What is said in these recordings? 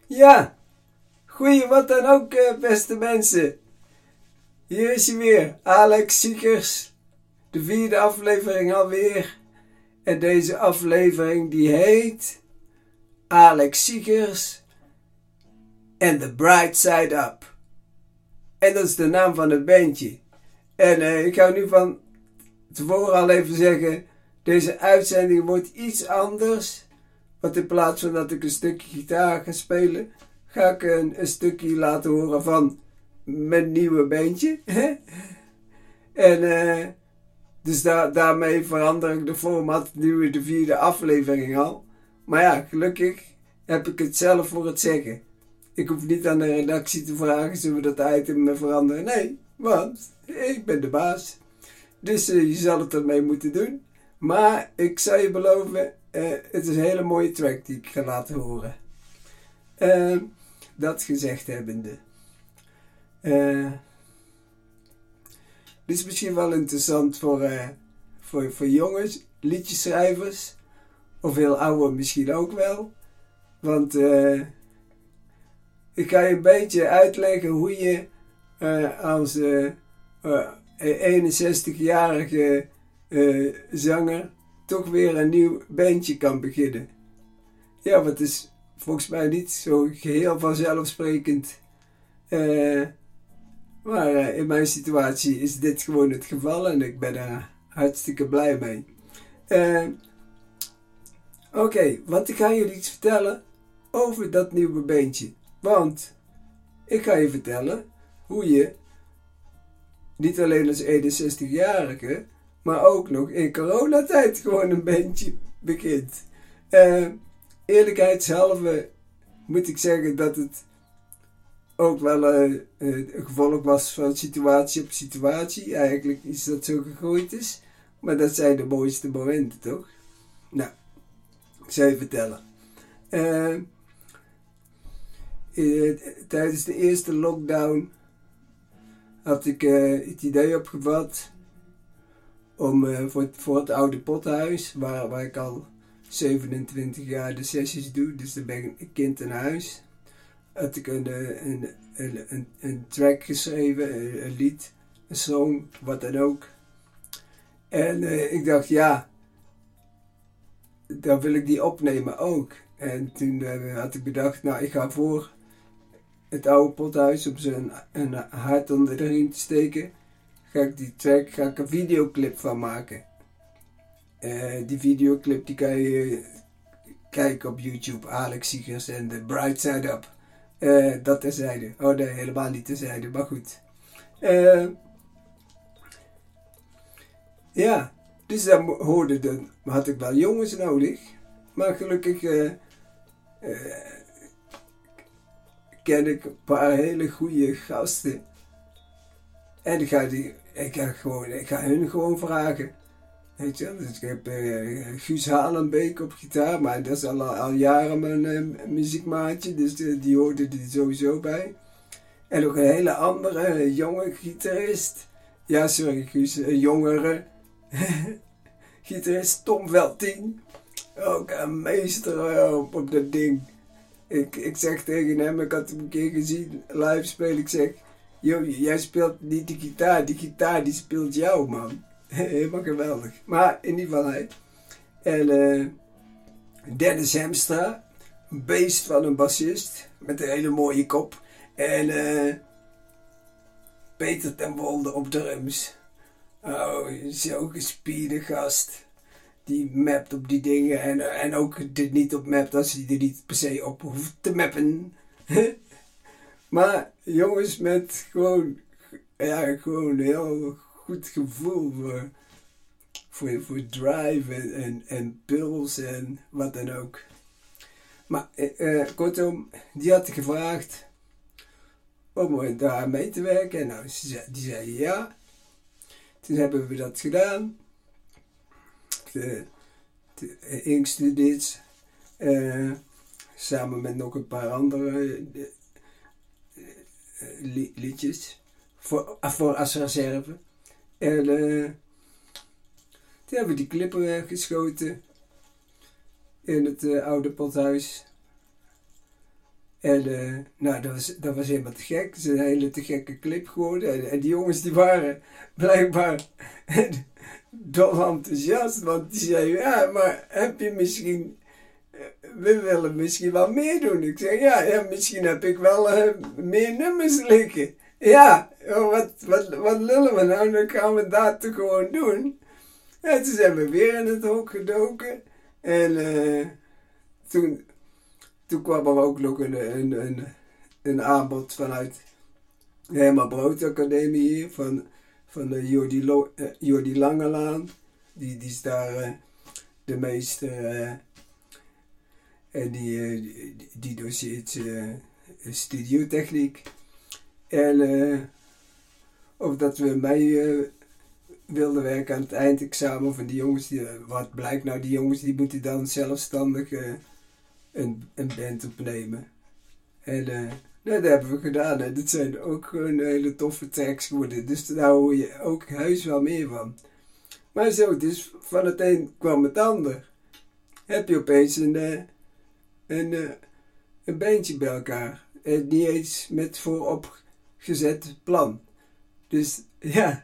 Ja, goeie wat dan ook, beste mensen. Hier is hij weer, Alex Siekers. De 4e aflevering alweer. En deze aflevering die heet Alex Siekers en The Bright Side Up. En dat is de naam van het bandje. En ik ga nu van tevoren al even zeggen, deze uitzending wordt iets anders. Want in plaats van dat ik een stukje gitaar ga spelen, ga ik een stukje laten horen van mijn nieuwe bandje. En dus daarmee verander ik de format nu in de 4e aflevering al. Maar ja, gelukkig heb ik het zelf voor het zeggen. Ik hoef niet aan de redactie te vragen, zullen we dat item veranderen? Nee, want ik ben de baas. Dus je zal het ermee moeten doen. Maar ik zal je beloven, het is een hele mooie track die ik ga laten horen. Dat gezegd hebbende. Dit is misschien wel interessant voor jongens, liedjeschrijvers. Of heel oude misschien ook wel. Want ik ga je een beetje uitleggen hoe je als 61-jarige zanger toch weer een nieuw bandje kan beginnen. Ja, want het is volgens mij niet zo geheel vanzelfsprekend. Maar in mijn situatie is dit gewoon het geval en ik ben er hartstikke blij mee. Oké, want ik ga jullie iets vertellen over dat nieuwe bandje. Want ik ga je vertellen hoe je niet alleen als 61-jarige, maar ook nog in coronatijd gewoon een bandje begint. Eerlijkheidshalve moet ik zeggen dat het ook wel een gevolg was van situatie op situatie. Eigenlijk is dat zo gegroeid is. Maar dat zijn de mooiste momenten, toch? Nou, ik zal je vertellen. Tijdens de eerste lockdown had ik het idee opgevat om voor het oude pothuis, waar ik al 27 jaar de sessies doe, dus dan ben ik een kind in huis, had ik een track geschreven, een lied, een song, wat dan ook. En ik dacht, ja, dan wil ik die opnemen ook. En toen had ik bedacht, nou, ik ga voor het oude pothuis om ze een hart onder de riem te steken. Ga ik een videoclip van maken. Die videoclip die kan je kijken op YouTube. Alex Siekers en The Bright Side Up. Dat terzijde. Oh nee, helemaal niet terzijde, maar goed. Ja, dus dan had ik wel jongens nodig. Maar gelukkig ken ik een paar hele goede gasten. En ik ga hun gewoon vragen. Weet je, dus ik heb Guus Halenbeek op gitaar, maar dat is al jaren mijn muziekmaatje, dus die hoorde er sowieso bij. En ook een hele andere, jonge gitarist. Ja, sorry Guus, een jongere gitarist, Tom Veltien. Ook een meester op dat ding. Ik zeg tegen hem, ik had hem een keer gezien, live spelen, ik zeg, joh, jij speelt niet die gitaar die speelt jou, man. Helemaal geweldig. Maar in ieder geval hij. En Dennis Hemstra, een beest van een bassist, met een hele mooie kop. En Peter ten Wolde op drums. Oh, zo'n gespierde gast. Die mapt op die dingen en ook dit niet op mapt als hij er niet per se op hoeft te mappen. Maar jongens met gewoon heel goed gevoel voor drive en puls en wat dan ook. Maar kortom, die had ik gevraagd om daar mee te werken. En nou, die zei ja. Toen hebben we dat gedaan. Ingestudeerd. Samen met nog een paar andere liedjes. Voor als reserve. En toen hebben we die clippen geschoten in het oude pothuis. En nou, dat was helemaal te gek. Het is een hele te gekke clip geworden. En die jongens die waren blijkbaar dol enthousiast. Want die zeiden, ja, maar heb je misschien... We willen misschien wel meer doen. Ik zeg, ja misschien heb ik wel meer nummers liggen. Ja, wat lullen we nou? Dan gaan we dat toch gewoon doen. En toen zijn we weer in het hok gedoken. En toen kwam er ook nog een aanbod vanuit de Herma Brood Academie hier. Van de Jordi Langelaan. Die is daar de meester... En die doseert studiotechniek. En of dat we mee wilden werken aan het eindexamen van die jongens. Wat blijkt nou, die jongens die moeten dan zelfstandig een band opnemen. En dat hebben we gedaan. En dat zijn ook gewoon hele toffe tracks geworden. Dus daar hoor je ook heus wel meer van. Maar zo, dus van het een kwam het ander. Heb je opeens een bandje bij elkaar. En niet eens met vooropgezet plan. Dus ja.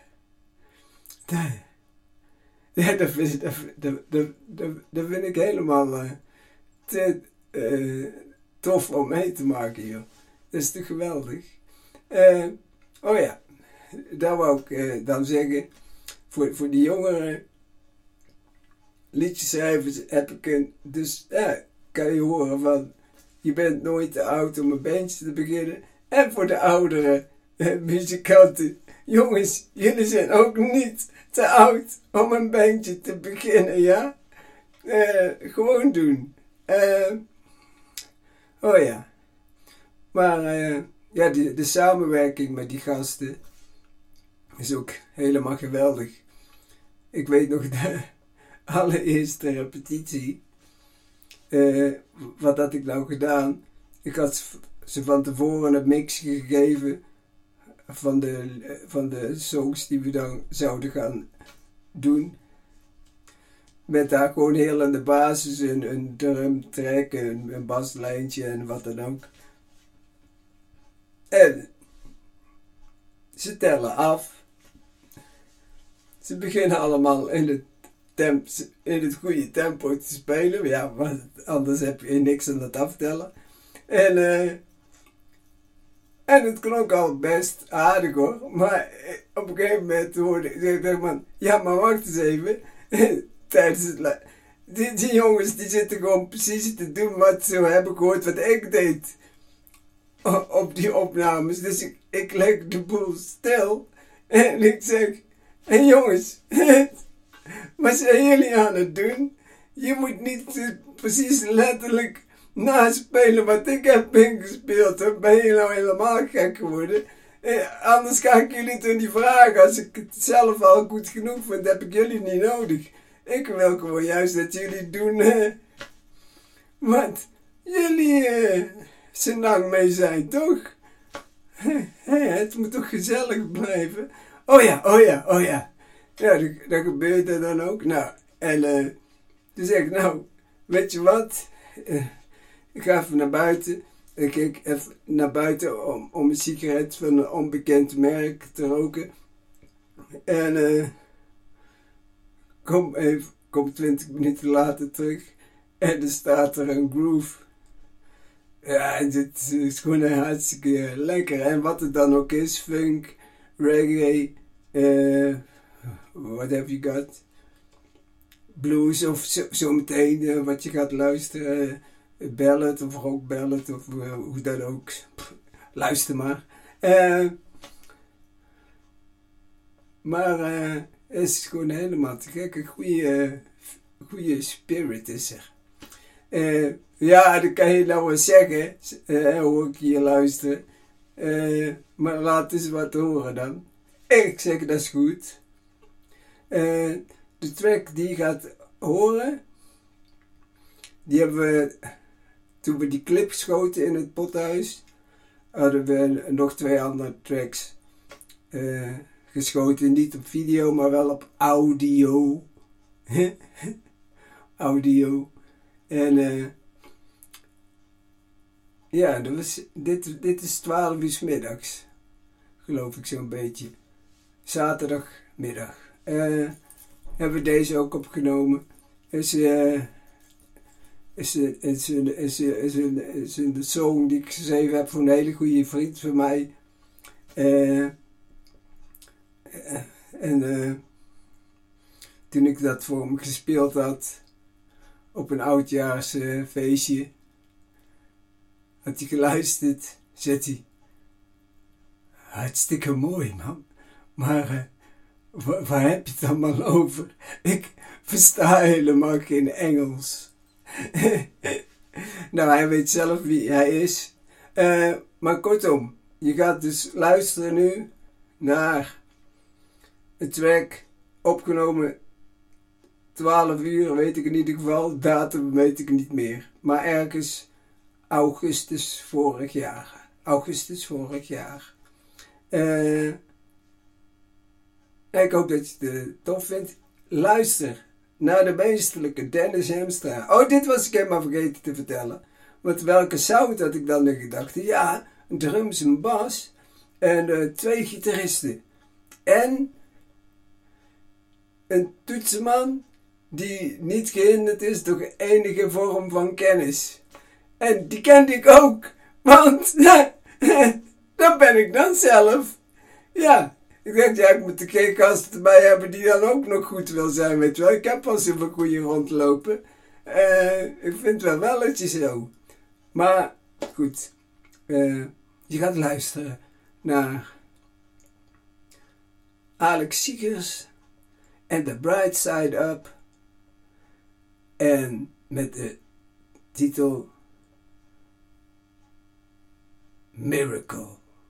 Dat vind ik helemaal te tof om mee te maken, joh. Dat is toch geweldig. Oh ja. Dat wou ik dan zeggen. Voor die jongere liedjeschrijvers heb ik dus kan je horen van, je bent nooit te oud om een bandje te beginnen. En voor de oudere muzikanten, jongens, jullie zijn ook niet te oud om een bandje te beginnen, ja? Gewoon doen. Oh ja. Maar ja, de samenwerking met die gasten is ook helemaal geweldig. Ik weet nog de allereerste repetitie. Wat had ik nou gedaan? Ik had ze van tevoren een mix gegeven van de songs die we dan zouden gaan doen. Met daar gewoon heel aan de basis een drum track, een baslijntje en wat dan ook. En ze tellen af. Ze beginnen allemaal in het goede tempo te spelen. Ja, want anders heb je niks aan het aftellen. En het klonk al best aardig hoor. Maar op een gegeven moment hoorde ik man, ja maar wacht eens even. Tijdens het die jongens die zitten gewoon precies te doen wat ze hebben gehoord wat ik deed. Op die opnames. Dus ik leg de boel stil. En ik zeg, hé jongens, wat zijn jullie aan het doen? Je moet niet precies letterlijk naspelen wat ik heb ingespeeld. Dan ben je nou helemaal gek geworden. Anders ga ik jullie toch niet vragen. Als ik het zelf al goed genoeg vind, heb ik jullie niet nodig. Ik wil gewoon juist dat jullie doen wat jullie zo lang mee zijn, toch? Het moet toch gezellig blijven? Oh ja. Ja, dat gebeurde dan ook. Nou, en toen zeg ik, nou, weet je wat? Ik ga even naar buiten. Ik ging even naar buiten om een sigaret van een onbekend merk te roken. En kom 20 minuten later terug. En er staat er een groove. Ja, dit is gewoon hartstikke lekker. En wat het dan ook is, funk, reggae, what have you got? Blues of zo meteen wat je gaat luisteren. Ballad of rock ballad of hoe dan ook. Luister maar. Maar het is gewoon helemaal te gek. Een goede spirit is er. Ja, dat kan je nou wel zeggen. Hoor ik hier luisteren. Maar laat eens wat horen dan. Ik zeg, dat is goed. De track die je gaat horen, die hebben we, toen we die clip schoten in het pothuis, hadden we nog 2 andere tracks geschoten. Niet op video, maar wel op audio. Audio. En Ja, dit is 12 uur 's middags. Geloof ik zo'n beetje. Zaterdagmiddag. Hebben we deze ook opgenomen. Is een song die ik geschreven heb voor een hele goede vriend van mij. Toen ik dat voor hem gespeeld had op een oudjaarsfeestje, had hij geluisterd, zegt hij: hartstikke mooi, man, maar waar heb je het allemaal over? Ik versta helemaal geen Engels. Nou, hij weet zelf wie hij is. Maar kortom, je gaat dus luisteren nu naar het track opgenomen 12 uur, weet ik in ieder geval. Datum weet ik niet meer. Maar ergens augustus vorig jaar. Ik hoop dat je het tof vindt. Luister naar de meesterlijke Dennis Hemstra. Oh, dit was ik helemaal vergeten te vertellen. Want welke sound had ik dan in gedachten? Ja, een drums, een bas en 2 gitaristen. En een toetsenman die niet gehinderd is door enige vorm van kennis. En die kende ik ook, want dat ben ik dan zelf. Ja, ik dacht, ja, ik moet er geen gasten erbij hebben die dan ook nog goed wil zijn, weet je wel. Ik heb al zoveel goeie rondlopen. Ik vind het wel dat je zo. Maar goed, je gaat luisteren naar Alex Siegers en The Bright Side Up. En met de titel Miracle.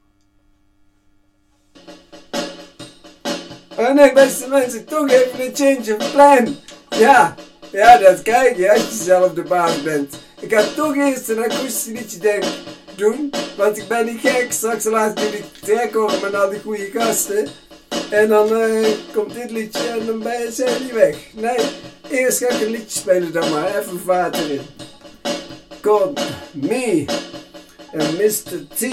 Oh nee, beste mensen, toch even een change of plan. Ja, dat krijg je als je zelf de baas bent. Ik ga toch eerst een akoestisch liedje doen, want ik ben niet gek. Straks laat jullie track horen met al die goede gasten. En dan komt dit liedje en dan zijn die weg. Nee, eerst ga ik een liedje spelen dan maar. Even vaart erin. Call me and Mr. T.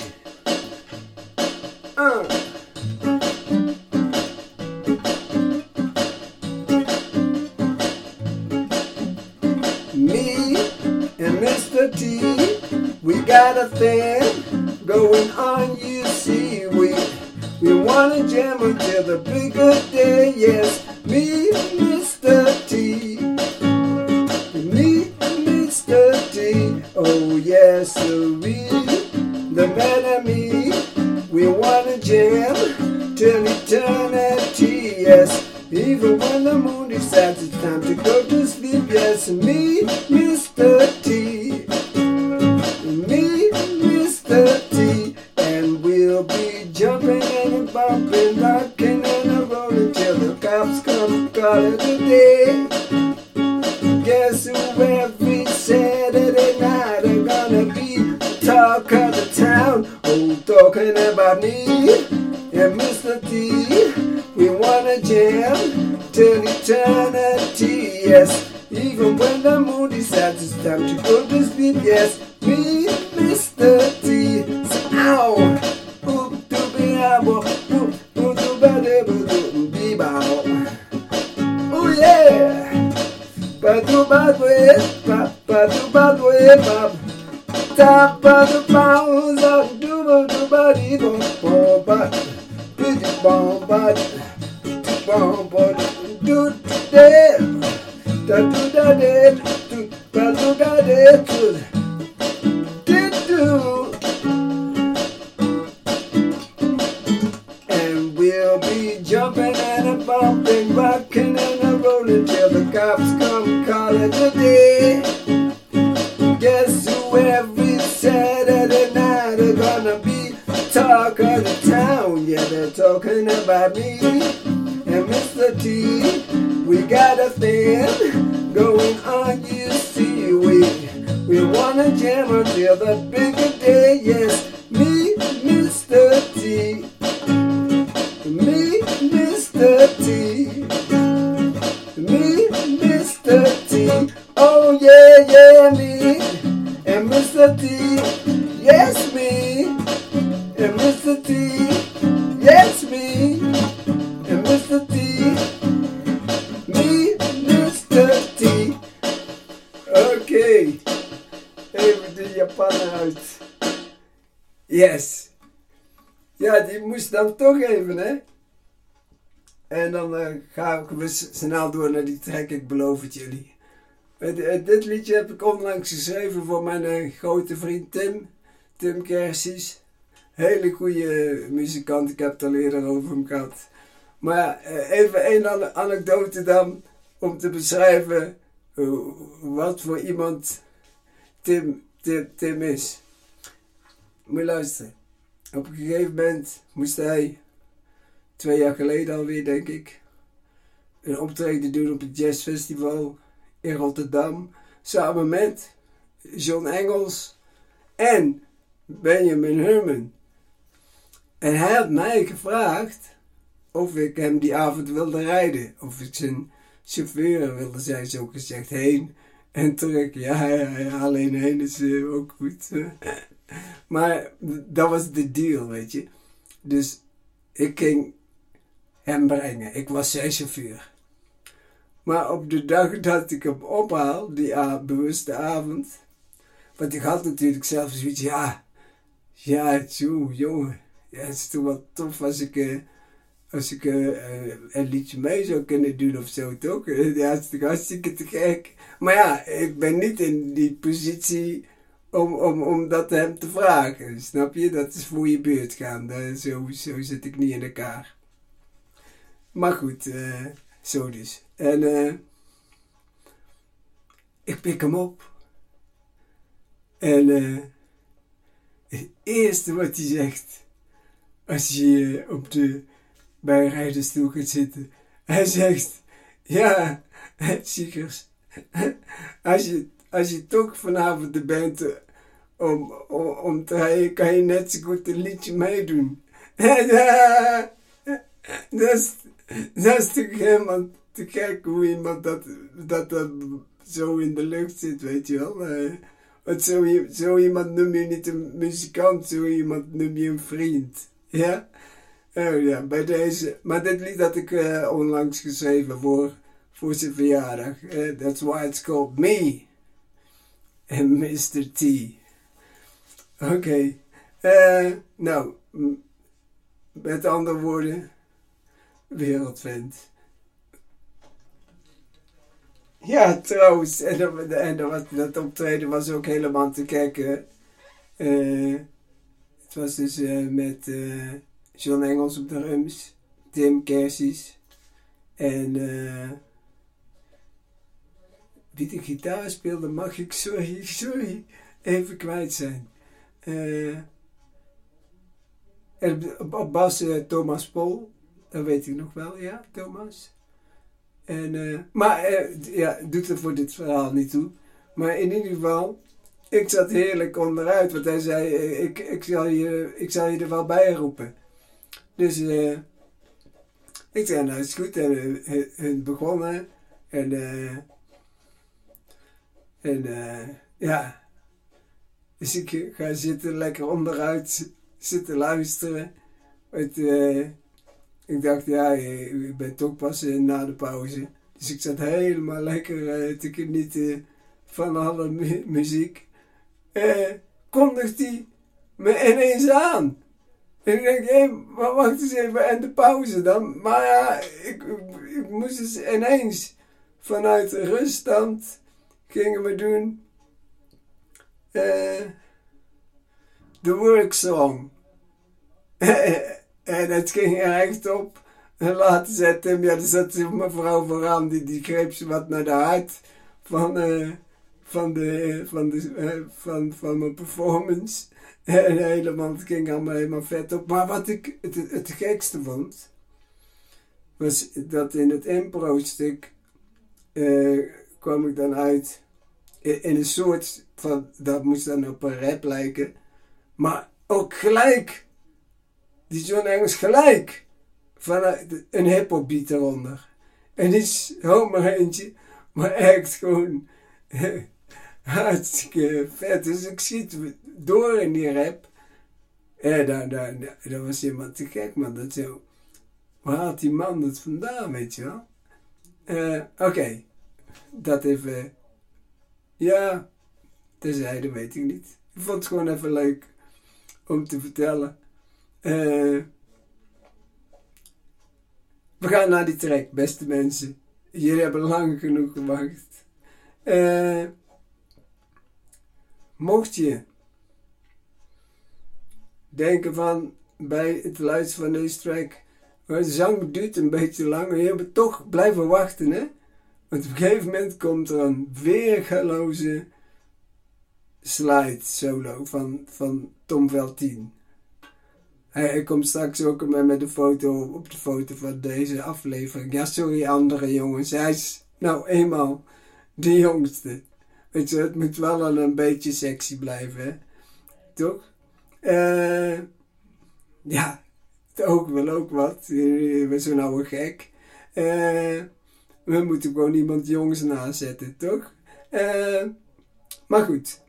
Me and Mr. T, we got a thing going on, you see. We wanna jam until the bigger day, yes. Me, Mr. T. Me, Mr. T. Oh yes, we, the man and me. We wanna jam till eternity, yes. Even when the moon decides it's time to go to sleep, yes. Me, Mr. T. Me, Mr. T. And we'll be jumping and bumping, rocking and rolling till the cops come call it a day. Guess who every Saturday night are gonna be the talk of the town? Oh, talking about me and Mr. T. We wanna jam till eternity, yes. Even when the moon decides it's time to go to sleep, yes. Me, Mr. T. So, ow! Oh yeah! Ba-do bad way, ba-do bad way, ba. Tap ba-do bounce, do ba dee bom bom ba, bom ba, bom ba, do da da da do ba da do. And we'll be jumping and a bumping, rocking and a rolling till the cops come call it a day. Guess who every Saturday night are gonna be talk of the town? Yeah, they're talking about me and Mr. T. We got a thing going on, you see. We wanna jam until the bigger day, yes. Me, Mr. T. Me, Mr. T. Me, Mr. T. Oh yeah, yeah, me and Mr. T, yes me. And Mr. T, yes me. And Mr. T, me, Mr. T. Oké, even de Japaner uit. Yes. Ja, die moest dan toch even, hè. En dan gaan we snel door naar die track, ik beloof het jullie. Dit liedje heb ik onlangs geschreven voor mijn grote vriend Tim Kersies. Hele goede muzikant, ik heb het al eerder over hem gehad. Maar even één anekdote dan, om te beschrijven wat voor iemand Tim is. Moet je luisteren. Op een gegeven moment moest hij, 2 jaar geleden alweer denk ik, een optreden doen op het jazzfestival in Rotterdam. Samen met John Engels en Benjamin Herman. En hij had mij gevraagd of ik hem die avond wilde rijden. Of ik zijn chauffeur wilde zijn, zo gezegd, heen en terug. Ja, alleen heen is ook goed. Maar dat was de deal, weet je. Dus ik ging hem brengen. Ik was zijn chauffeur. Maar op de dag dat ik hem ophaal, die bewuste avond. Want ik had natuurlijk zelf zoiets, ja, zo, jongen. Ja, het is toch wel tof als ik een liedje mee zou kunnen doen of zo, toch? Ja, het is hartstikke te gek. Maar ja, ik ben niet in die positie om dat hem te vragen. Snap je? Dat is voor je beurt gaan. Zo zit ik niet in elkaar. Maar goed, zo dus. En ik pik hem op. En het eerste wat hij zegt, als je op de bijrijdersstoel gaat zitten, hij zegt, ja, Siegers, als je toch vanavond de bent om te rijden, kan je net zo goed een liedje meedoen. Dat is toch helemaal te gek hoe iemand dat zo in de lucht zit, weet je wel. Want zo iemand noem je niet een muzikant, zo iemand noem je een vriend. Ja? Oh ja, bij deze. Maar dit lied had ik onlangs geschreven voor zijn verjaardag. That's why it's called Me and Mr. T. Oké. Nou, met andere woorden, wereldvent. Ja, trouwens, dat optreden was ook helemaal te kijken. Het was dus met John Engels op de drums, Tim Kersies en wie de gitaar speelde mag ik, sorry, even kwijt zijn. En op bas Thomas Pol, dat weet ik nog wel, ja, Thomas. Maar doet er voor dit verhaal niet toe. Maar in ieder geval, ik zat heerlijk onderuit, want hij zei, ik zal je er wel bij roepen. Dus ik zei, nou is goed. En hun begonnen. Ja. Dus ik ga zitten, lekker onderuit zitten luisteren. Want ik dacht, ja, ik ben toch pas na de pauze. Dus ik zat helemaal lekker te genieten van alle muziek. Kondigt die me ineens aan. En ik denk, hé, maar wacht eens even, en de pauze dan? Maar ja, ik moest dus ineens vanuit de ruststand gingen we doen de worksong. En het ging er echt op. En later zei Tim, ja, er zat een mevrouw vooraan, die greep ze wat naar de hart van mijn performance. En helemaal, het ging allemaal helemaal vet op. Maar wat ik het gekste vond, was dat in het impro-stuk kwam ik dan uit in een soort van, dat moest dan op een rap lijken, maar ook gelijk, die John Engels gelijk, van een hip-hop beat eronder. En niet zomaar eentje, maar echt gewoon, Hartstikke vet. Dus ik schiet door in die rap. Daar was iemand te gek, man. Dat zo, waar haalt die man het vandaan, weet je wel? Oké. Dat even... Ja, terzijde, weet ik niet. Ik vond het gewoon even leuk om te vertellen. We gaan naar die track, beste mensen. Jullie hebben lang genoeg gewacht. Mocht je denken van bij het luisteren van deze track, de zang duurt een beetje lang, maar je moet toch blijven wachten, hè? Want op een gegeven moment komt er een weergaloze slide solo van Tom Veltien. Hij komt straks ook met een foto op de foto van deze aflevering. Ja, sorry andere jongens. Hij is nou eenmaal de jongste. Weet je, het moet wel al een beetje sexy blijven, hè? Toch? Ja, het oog wil ook wat. We zijn nou een gek. We moeten gewoon iemand jongs nazetten, toch? Maar goed.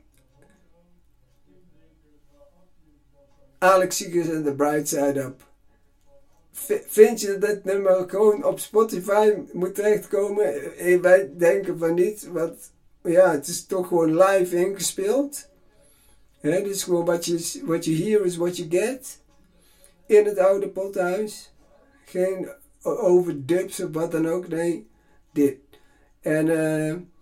Alex Seekers en The Bright Side Up. Vind je dat dit nummer gewoon op Spotify moet terechtkomen? Wij denken van niet, want ja, het is toch gewoon live ingespeeld. Ja, dus gewoon wat je hear is what you get. In het oude pothuis. Geen overdubs of wat dan ook, nee. Dit. En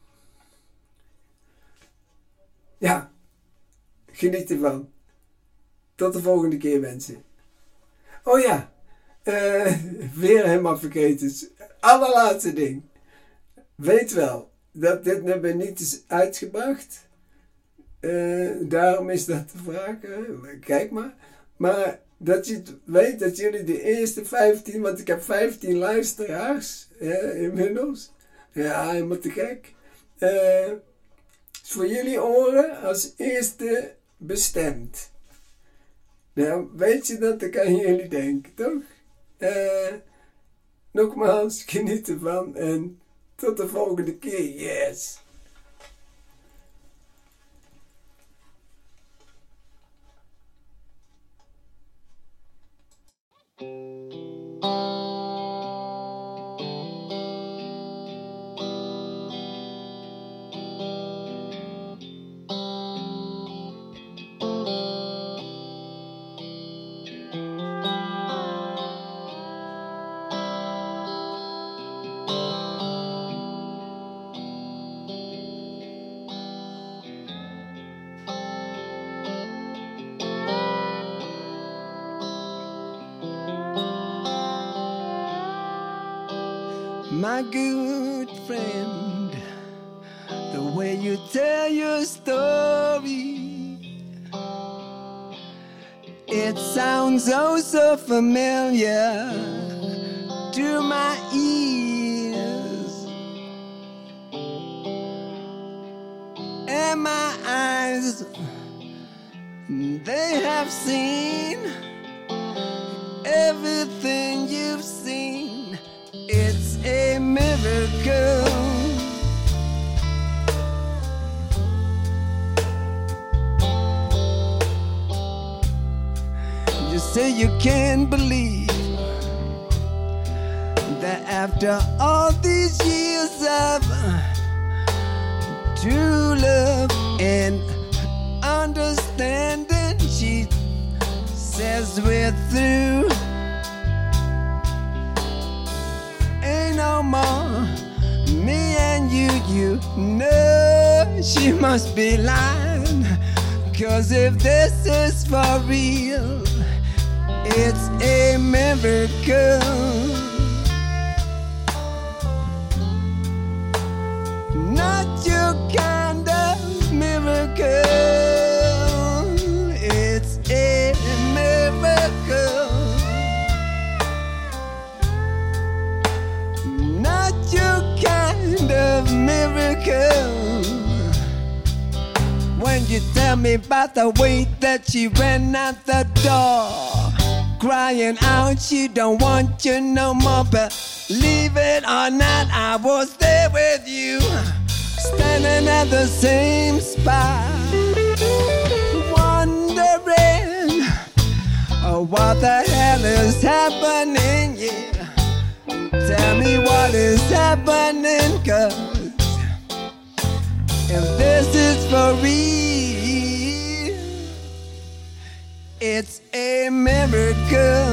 ja, geniet ervan. Tot de volgende keer, mensen. Oh ja, weer helemaal vergeten. Allerlaatste ding. Weet wel dat dit nummer niet is uitgebracht. Daarom is dat de vraag. Kijk maar. Maar dat je weet dat jullie de eerste 15, want ik heb 15 luisteraars inmiddels. Ja, helemaal te gek. Is voor jullie oren als eerste bestemd. Nou, weet je dat, dan kan jullie denken, toch? Nogmaals, geniet ervan en tot de volgende keer. Yes! My good friend, the way you tell your story, it sounds oh so familiar to my ears, and my eyes, they have seen everything you've seen. It's a miracle. You say you can't believe that after all these years of true love and understanding, she says we're through. No more me and you know she must be lying, 'cause if this is for real, it's a miracle. Not your kind of miracle, it's a miracle. Of miracle. When you tell me about the way that she ran out the door, crying out she don't want you no more, but believe it or not, I was there with you. standing at the same spot, wondering what the hell is happening. Yeah, tell me what is happening, 'cause if this is for real, it's a miracle.